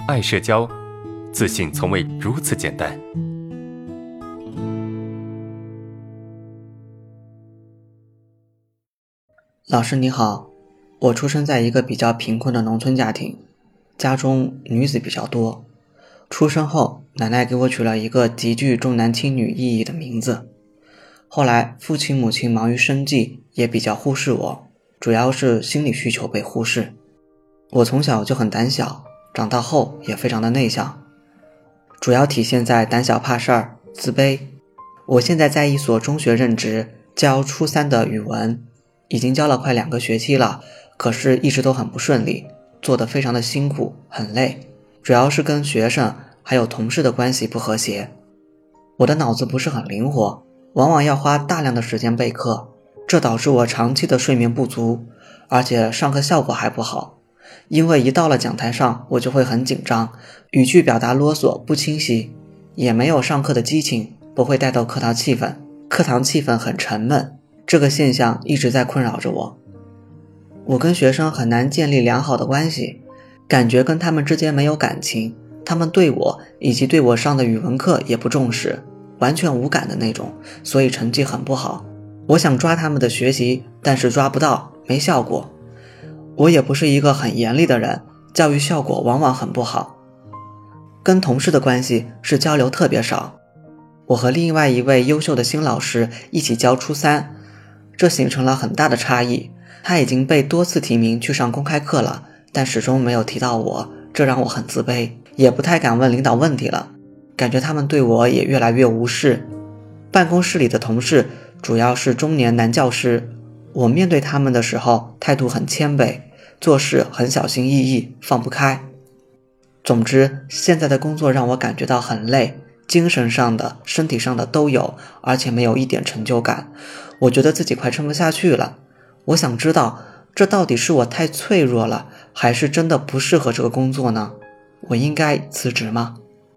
爱社交，自信从未如此简单。 老师你好，我出生在一个比较贫困的农村家庭，家中女子比较多。出生后，奶奶给我取了一个极具重男轻女意义的名字。后来父亲母亲忙于生计，也比较忽视我，主要是心理需求被忽视。我从小就很胆小，长大后也非常的内向，主要体现在胆小怕事儿、自卑。我现在在一所中学任职，教初3的语文，已经教了快2个学期了，可是一直都很不顺利，做得非常的辛苦，很累，主要是跟学生还有同事的关系不和谐。我的脑子不是很灵活，往往要花大量的时间备课，这导致我长期的睡眠不足，而且上课效果还不好。因为一到了讲台上，我就会很紧张，语句表达啰嗦不清晰，也没有上课的激情，不会带动课堂气氛，课堂气氛很沉闷，这个现象一直在困扰着我。我跟学生很难建立良好的关系，感觉跟他们之间没有感情，他们对我以及对我上的语文课也不重视，完全无感的那种，所以成绩很不好。我想抓他们的学习，但是抓不到，没效果。我也不是一个很严厉的人，教育效果往往很不好。跟同事的关系是交流特别少。我和另外一位优秀的新老师一起教初3，这形成了很大的差异。他已经被多次提名去上公开课了，但始终没有提到我，这让我很自卑，也不太敢问领导问题了，感觉他们对我也越来越无视。办公室里的同事主要是中年男教师，我面对他们的时候态度很谦卑，做事很小心翼翼，放不开。总之，现在的工作让我感觉到很累，精神上的、身体上的都有，而且没有一点成就感。我觉得自己快撑不下去了。我想知道，这到底是我太脆弱了，还是真的不适合这个工作呢？我应该辞职吗？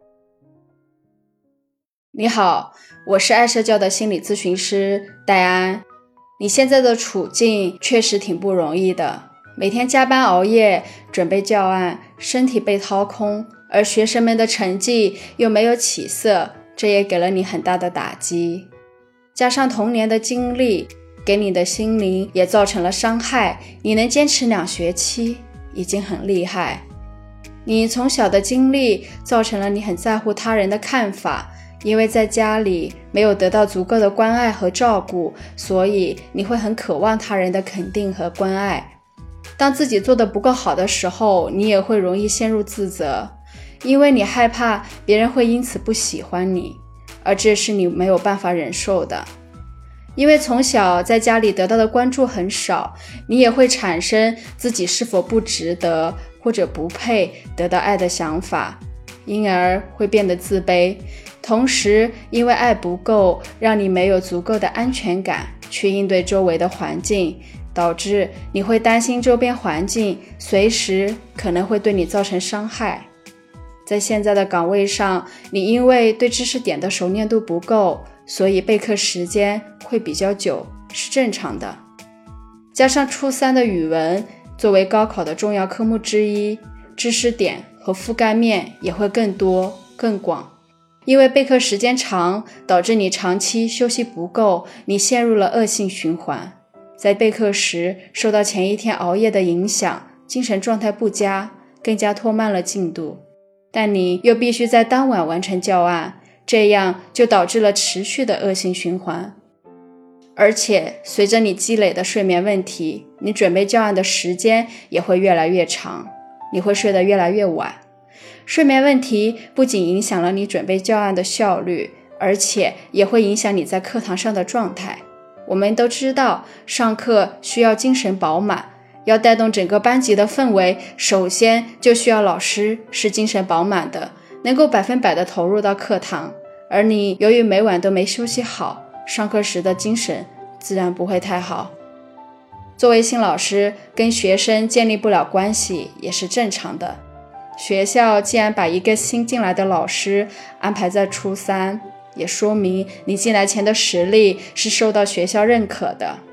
你好，我是爱社交的心理咨询师戴安。你现在的处境确实挺不容易的，每天加班熬夜准备教案，身体被掏空，而学生们的成绩又没有起色，这也给了你很大的打击。加上童年的经历给你的心灵也造成了伤害，你能坚持2学期已经很厉害。你从小的经历造成了你很在乎他人的看法，因为在家里没有得到足够的关爱和照顾，所以你会很渴望他人的肯定和关爱。当自己做得不够好的时候，你也会容易陷入自责，因为你害怕别人会因此不喜欢你，而这是你没有办法忍受的。因为从小在家里得到的关注很少，你也会产生自己是否不值得或者不配得到爱的想法，因而会变得自卑。同时因为爱不够，让你没有足够的安全感去应对周围的环境，导致你会担心周边环境随时可能会对你造成伤害。在现在的岗位上，你因为对知识点的熟练度不够，所以备课时间会比较久，是正常的。加上初3的语文作为高考的重要科目之一，知识点和覆盖面也会更多更广。因为备课时间长，导致你长期休息不够，你陷入了恶性循环。在备课时受到前一天熬夜的影响，精神状态不佳，更加拖慢了进度。但你又必须在当晚完成教案，这样就导致了持续的恶性循环。而且随着你积累的睡眠问题，你准备教案的时间也会越来越长，你会睡得越来越晚。睡眠问题不仅影响了你准备教案的效率，而且也会影响你在课堂上的状态。我们都知道，上课需要精神饱满，要带动整个班级的氛围，首先就需要老师是精神饱满的，能够100%的投入到课堂。而你由于每晚都没休息好，上课时的精神自然不会太好。作为新老师，跟学生建立不了关系也是正常的。学校既然把一个新进来的老师安排在初3，也说明你进来前的实力是受到学校认可的。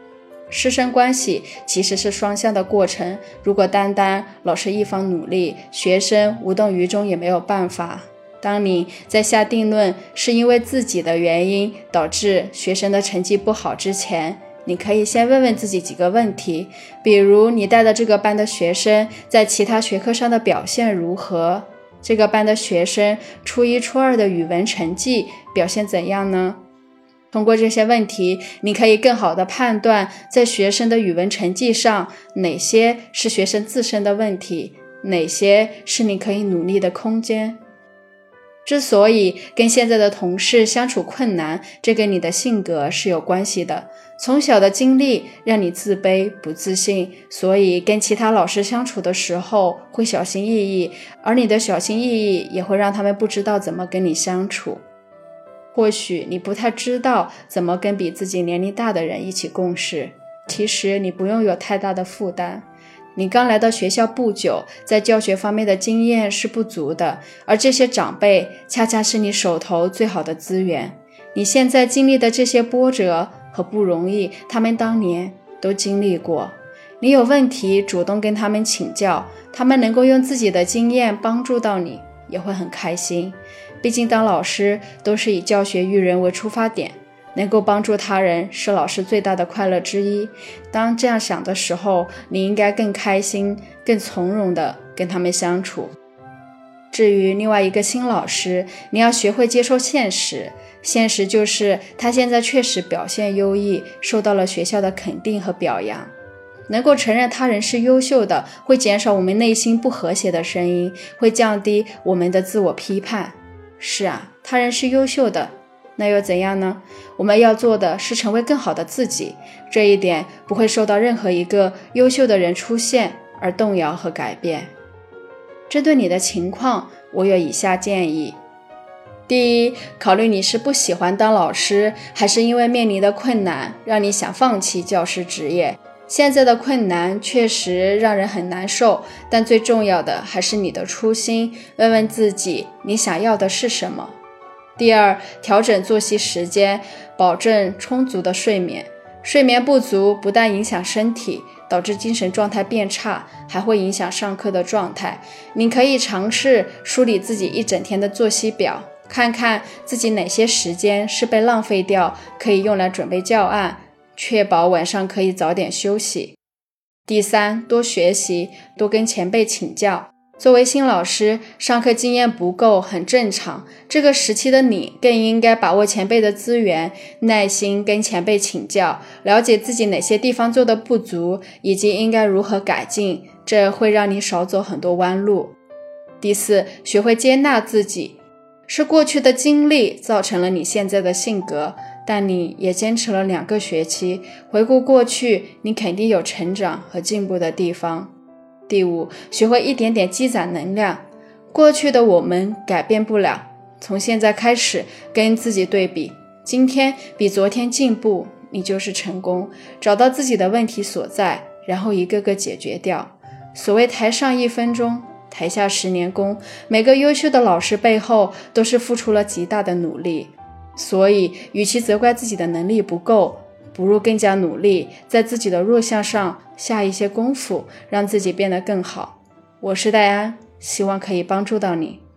师生关系其实是双向的过程，如果单单老师一方努力，学生无动于衷也没有办法。当你在下定论是因为自己的原因导致学生的成绩不好之前，你可以先问问自己几个问题，比如你带的这个班的学生在其他学科上的表现如何？这个班的学生初一、初二的语文成绩表现怎样呢？通过这些问题，你可以更好地判断在学生的语文成绩上，哪些是学生自身的问题，哪些是你可以努力的空间。之所以跟现在的同事相处困难，这跟你的性格是有关系的。从小的经历让你自卑不自信，所以跟其他老师相处的时候会小心翼翼，而你的小心翼翼也会让他们不知道怎么跟你相处。或许你不太知道怎么跟比自己年龄大的人一起共事，其实你不用有太大的负担。你刚来到学校不久，在教学方面的经验是不足的，而这些长辈恰恰是你手头最好的资源。你现在经历的这些波折和不容易，他们当年都经历过。你有问题主动跟他们请教，他们能够用自己的经验帮助到你，也会很开心。毕竟当老师都是以教学育人为出发点，能够帮助他人是老师最大的快乐之一。当这样想的时候，你应该更开心、更从容地跟他们相处。至于另外一个新老师，你要学会接受现实。现实就是他现在确实表现优异，受到了学校的肯定和表扬。能够承认他人是优秀的，会减少我们内心不和谐的声音，会降低我们的自我批判。是啊，他人是优秀的，那又怎样呢？我们要做的是成为更好的自己，这一点不会受到任何一个优秀的人出现而动摇和改变。针对你的情况，我有以下建议。第一，考虑你是不喜欢当老师，还是因为面临的困难让你想放弃教师职业。现在的困难确实让人很难受，但最重要的还是你的初心，问问自己你想要的是什么。第二，调整作息时间，保证充足的睡眠。睡眠不足不但影响身体，导致精神状态变差，还会影响上课的状态。你可以尝试梳理自己一整天的作息表，看看自己哪些时间是被浪费掉，可以用来准备教案，确保晚上可以早点休息。第三，多学习，多跟前辈请教。作为新老师，上课经验不够很正常，这个时期的你更应该把握前辈的资源，耐心跟前辈请教，了解自己哪些地方做的不足，以及应该如何改进，这会让你少走很多弯路。第四，学会接纳自己，是过去的经历造成了你现在的性格，但你也坚持了2个学期，回顾过去，你肯定有成长和进步的地方。第五，学会一点点积攒能量。过去的我们改变不了，从现在开始跟自己对比，今天比昨天进步，你就是成功。找到自己的问题所在，然后一个个解决掉。所谓台上1分钟，台下10年功，每个优秀的老师背后都是付出了极大的努力。所以与其责怪自己的能力不够，不如更加努力，在自己的弱项上下一些功夫，让自己变得更好。我是戴安，希望可以帮助到你。